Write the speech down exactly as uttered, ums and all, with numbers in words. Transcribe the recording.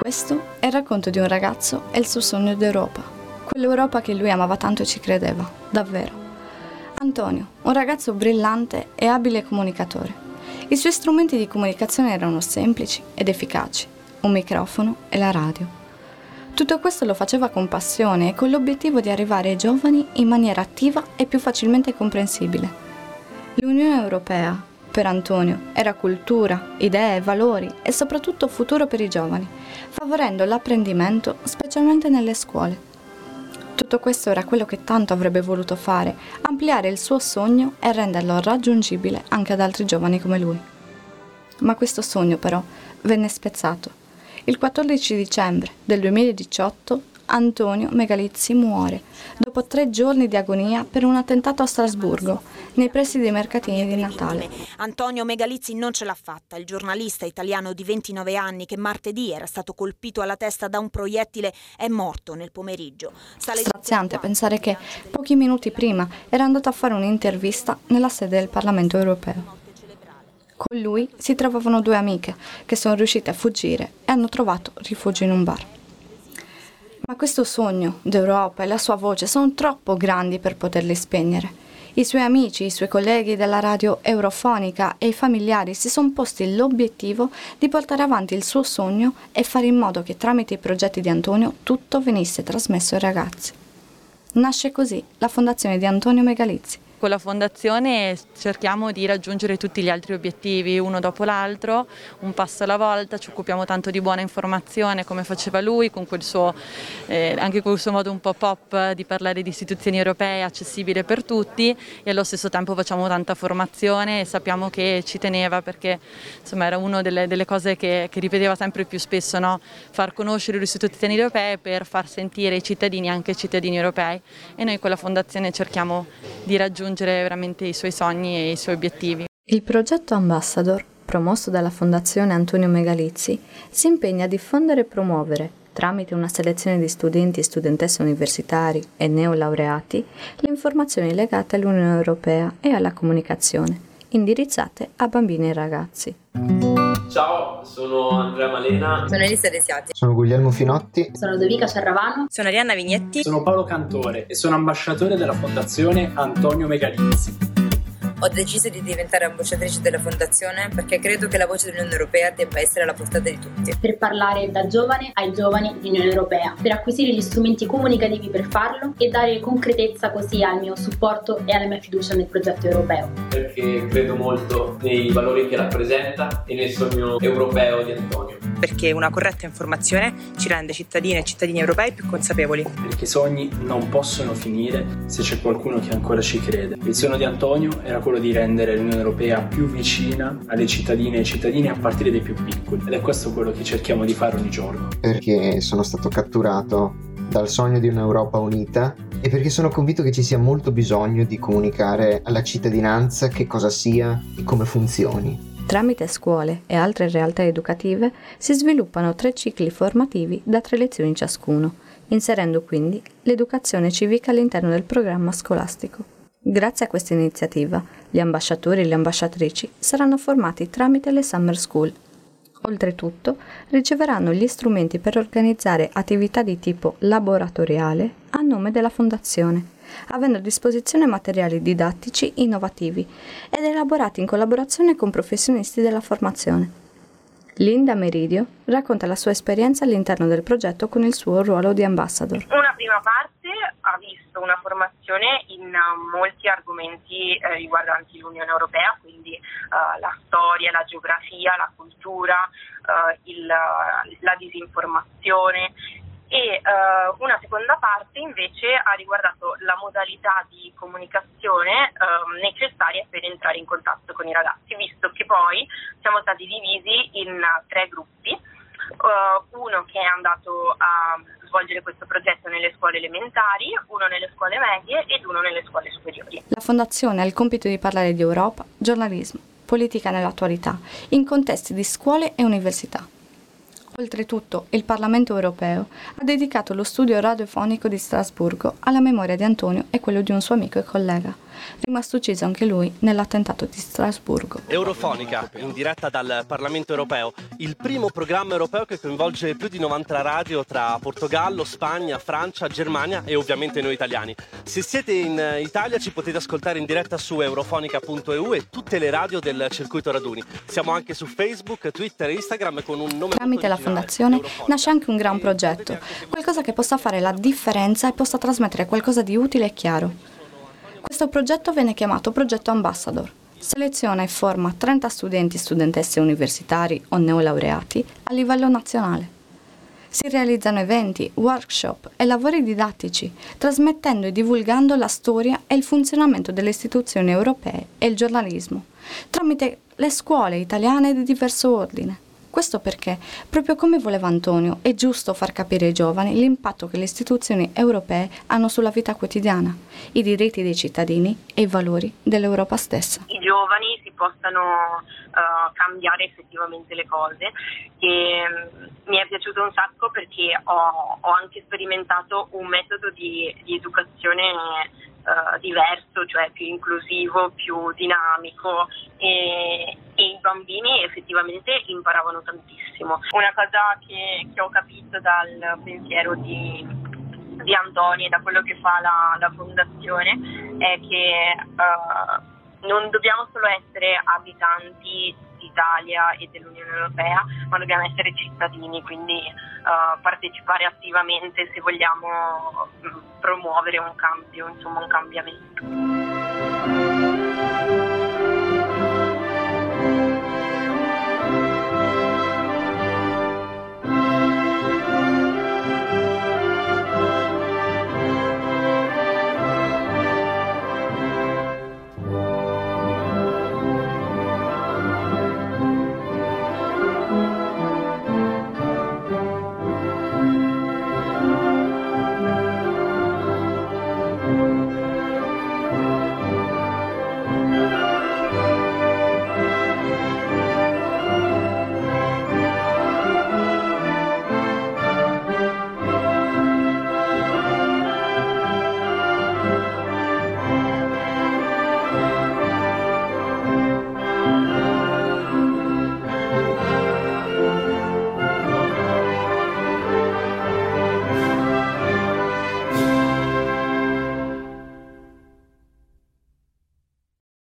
Questo è il racconto di un ragazzo e il suo sogno d'Europa, quell'Europa che lui amava tanto e ci credeva, davvero. Antonio, un ragazzo brillante e abile comunicatore. I suoi strumenti di comunicazione erano semplici ed efficaci, un microfono e la radio. Tutto questo lo faceva con passione e con l'obiettivo di arrivare ai giovani in maniera attiva e più facilmente comprensibile. L'Unione Europea, per Antonio, era cultura, idee, valori e soprattutto futuro per i giovani, favorendo l'apprendimento specialmente nelle scuole. Tutto questo era quello che tanto avrebbe voluto fare, ampliare il suo sogno e renderlo raggiungibile anche ad altri giovani come lui. Ma questo sogno però venne spezzato. Il quattordici dicembre del duemiladiciotto Antonio Megalizzi muore, dopo tre giorni di agonia per un attentato a Strasburgo, nei pressi dei mercatini di Natale. Antonio Megalizzi non ce l'ha fatta, il giornalista italiano di ventinove anni che martedì era stato colpito alla testa da un proiettile è morto nel pomeriggio. Straziante pensare che pochi minuti prima era andato a fare un'intervista nella sede del Parlamento europeo. Con lui si trovavano due amiche che sono riuscite a fuggire e hanno trovato rifugio in un bar. Ma questo sogno d'Europa e la sua voce sono troppo grandi per poterli spegnere. I suoi amici, i suoi colleghi della radio eurofonica e i familiari si sono posti l'obiettivo di portare avanti il suo sogno e fare in modo che tramite i progetti di Antonio tutto venisse trasmesso ai ragazzi. Nasce così la fondazione di Antonio Megalizzi. Con la fondazione cerchiamo di raggiungere tutti gli altri obiettivi uno dopo l'altro, un passo alla volta, ci occupiamo tanto di buona informazione come faceva lui, con quel suo, eh, anche con il suo modo un po' pop di parlare di istituzioni europee accessibile per tutti, e allo stesso tempo facciamo tanta formazione e sappiamo che ci teneva perché insomma era una delle, delle cose che, che ripeteva sempre più spesso, no? Far conoscere le istituzioni europee per far sentire i cittadini anche cittadini europei, e noi con la fondazione cerchiamo di raggiungere veramente i suoi sogni e i suoi obiettivi. Il progetto Ambassador, promosso dalla Fondazione Antonio Megalizzi, si impegna a diffondere e promuovere, tramite una selezione di studenti e studentesse universitari e neolaureati, le informazioni legate all'Unione Europea e alla comunicazione, indirizzate a bambini e ragazzi. Ciao, sono Andrea Malena. Sono Elisa Desiati. Sono Guglielmo Finotti. Sono Dovica Cerravano. Sono Arianna Vignetti. Sono Paolo Cantore e sono ambasciatore della Fondazione Antonio Megalizzi. Ho deciso di diventare ambasciatrice della Fondazione perché credo che la voce dell'Unione Europea debba essere alla portata di tutti. Per parlare da giovane ai giovani di Unione Europea, per acquisire gli strumenti comunicativi per farlo e dare concretezza così al mio supporto e alla mia fiducia nel progetto europeo. Perché credo molto nei valori che rappresenta e nel sogno europeo di Antonio. Perché una corretta informazione ci rende cittadine e cittadini europei più consapevoli. Perché i sogni non possono finire se c'è qualcuno che ancora ci crede. Il sogno di Antonio era quello di rendere l'Unione Europea più vicina alle cittadine e ai cittadini a partire dai più piccoli. Ed è questo quello che cerchiamo di fare ogni giorno. Perché sono stato catturato dal sogno di un'Europa unita e perché sono convinto che ci sia molto bisogno di comunicare alla cittadinanza che cosa sia e come funzioni. Tramite scuole e altre realtà educative si sviluppano tre cicli formativi da tre lezioni ciascuno, inserendo quindi l'educazione civica all'interno del programma scolastico. Grazie a questa iniziativa, gli ambasciatori e le ambasciatrici saranno formati tramite le Summer School. Oltretutto, riceveranno gli strumenti per organizzare attività di tipo laboratoriale a nome della Fondazione, avendo a disposizione materiali didattici innovativi ed elaborati in collaborazione con professionisti della formazione. Linda Meridio racconta la sua esperienza all'interno del progetto con il suo ruolo di ambassador. Una prima parte ha visto una formazione in molti argomenti eh, riguardanti l'Unione Europea, quindi eh, la storia, la geografia, la cultura, eh, il, la disinformazione. E uh, una seconda parte invece ha riguardato la modalità di comunicazione uh, necessaria per entrare in contatto con i ragazzi, visto che poi siamo stati divisi in uh, tre gruppi, uh, uno che è andato a svolgere questo progetto nelle scuole elementari, uno nelle scuole medie ed uno nelle scuole superiori. La Fondazione ha il compito di parlare di Europa, giornalismo, politica nell'attualità, in contesti di scuole e università. Oltretutto, il Parlamento europeo ha dedicato lo studio radiofonico di Strasburgo alla memoria di Antonio e quello di un suo amico e collega. rimasto ucciso anche lui nell'attentato di Strasburgo. Eurofonica, in diretta dal Parlamento europeo, il primo programma europeo che coinvolge più di novanta radio tra Portogallo, Spagna, Francia, Germania e ovviamente noi italiani. Se siete in Italia ci potete ascoltare in diretta su eurofonica punto e u e tutte le radio del circuito raduni. Siamo anche su Facebook, Twitter e Instagram con un nome. Tramite la fondazione nasce anche un gran progetto, qualcosa che possa fare la differenza e possa trasmettere qualcosa di utile e chiaro. Questo progetto viene chiamato Progetto Ambassador. Seleziona e forma trenta studenti e studentesse universitari o neolaureati a livello nazionale. Si realizzano eventi, workshop e lavori didattici, trasmettendo e divulgando la storia e il funzionamento delle istituzioni europee e il giornalismo, tramite le scuole italiane di diverso ordine. Questo perché, proprio come voleva Antonio, è giusto far capire ai giovani l'impatto che le istituzioni europee hanno sulla vita quotidiana, i diritti dei cittadini e i valori dell'Europa stessa. I giovani si possano uh, cambiare effettivamente le cose e um, mi è piaciuto un sacco perché ho, ho anche sperimentato un metodo di, di educazione Uh, diverso, cioè più inclusivo, più dinamico e, e i bambini effettivamente imparavano tantissimo. Una cosa che, che ho capito dal pensiero di, di Antonio e da quello che fa la, la fondazione è che uh, non dobbiamo solo essere abitanti d'Italia e dell'Unione Europea, ma dobbiamo essere cittadini, quindi uh, partecipare attivamente se vogliamo uh, promuovere un cambio, insomma un cambiamento.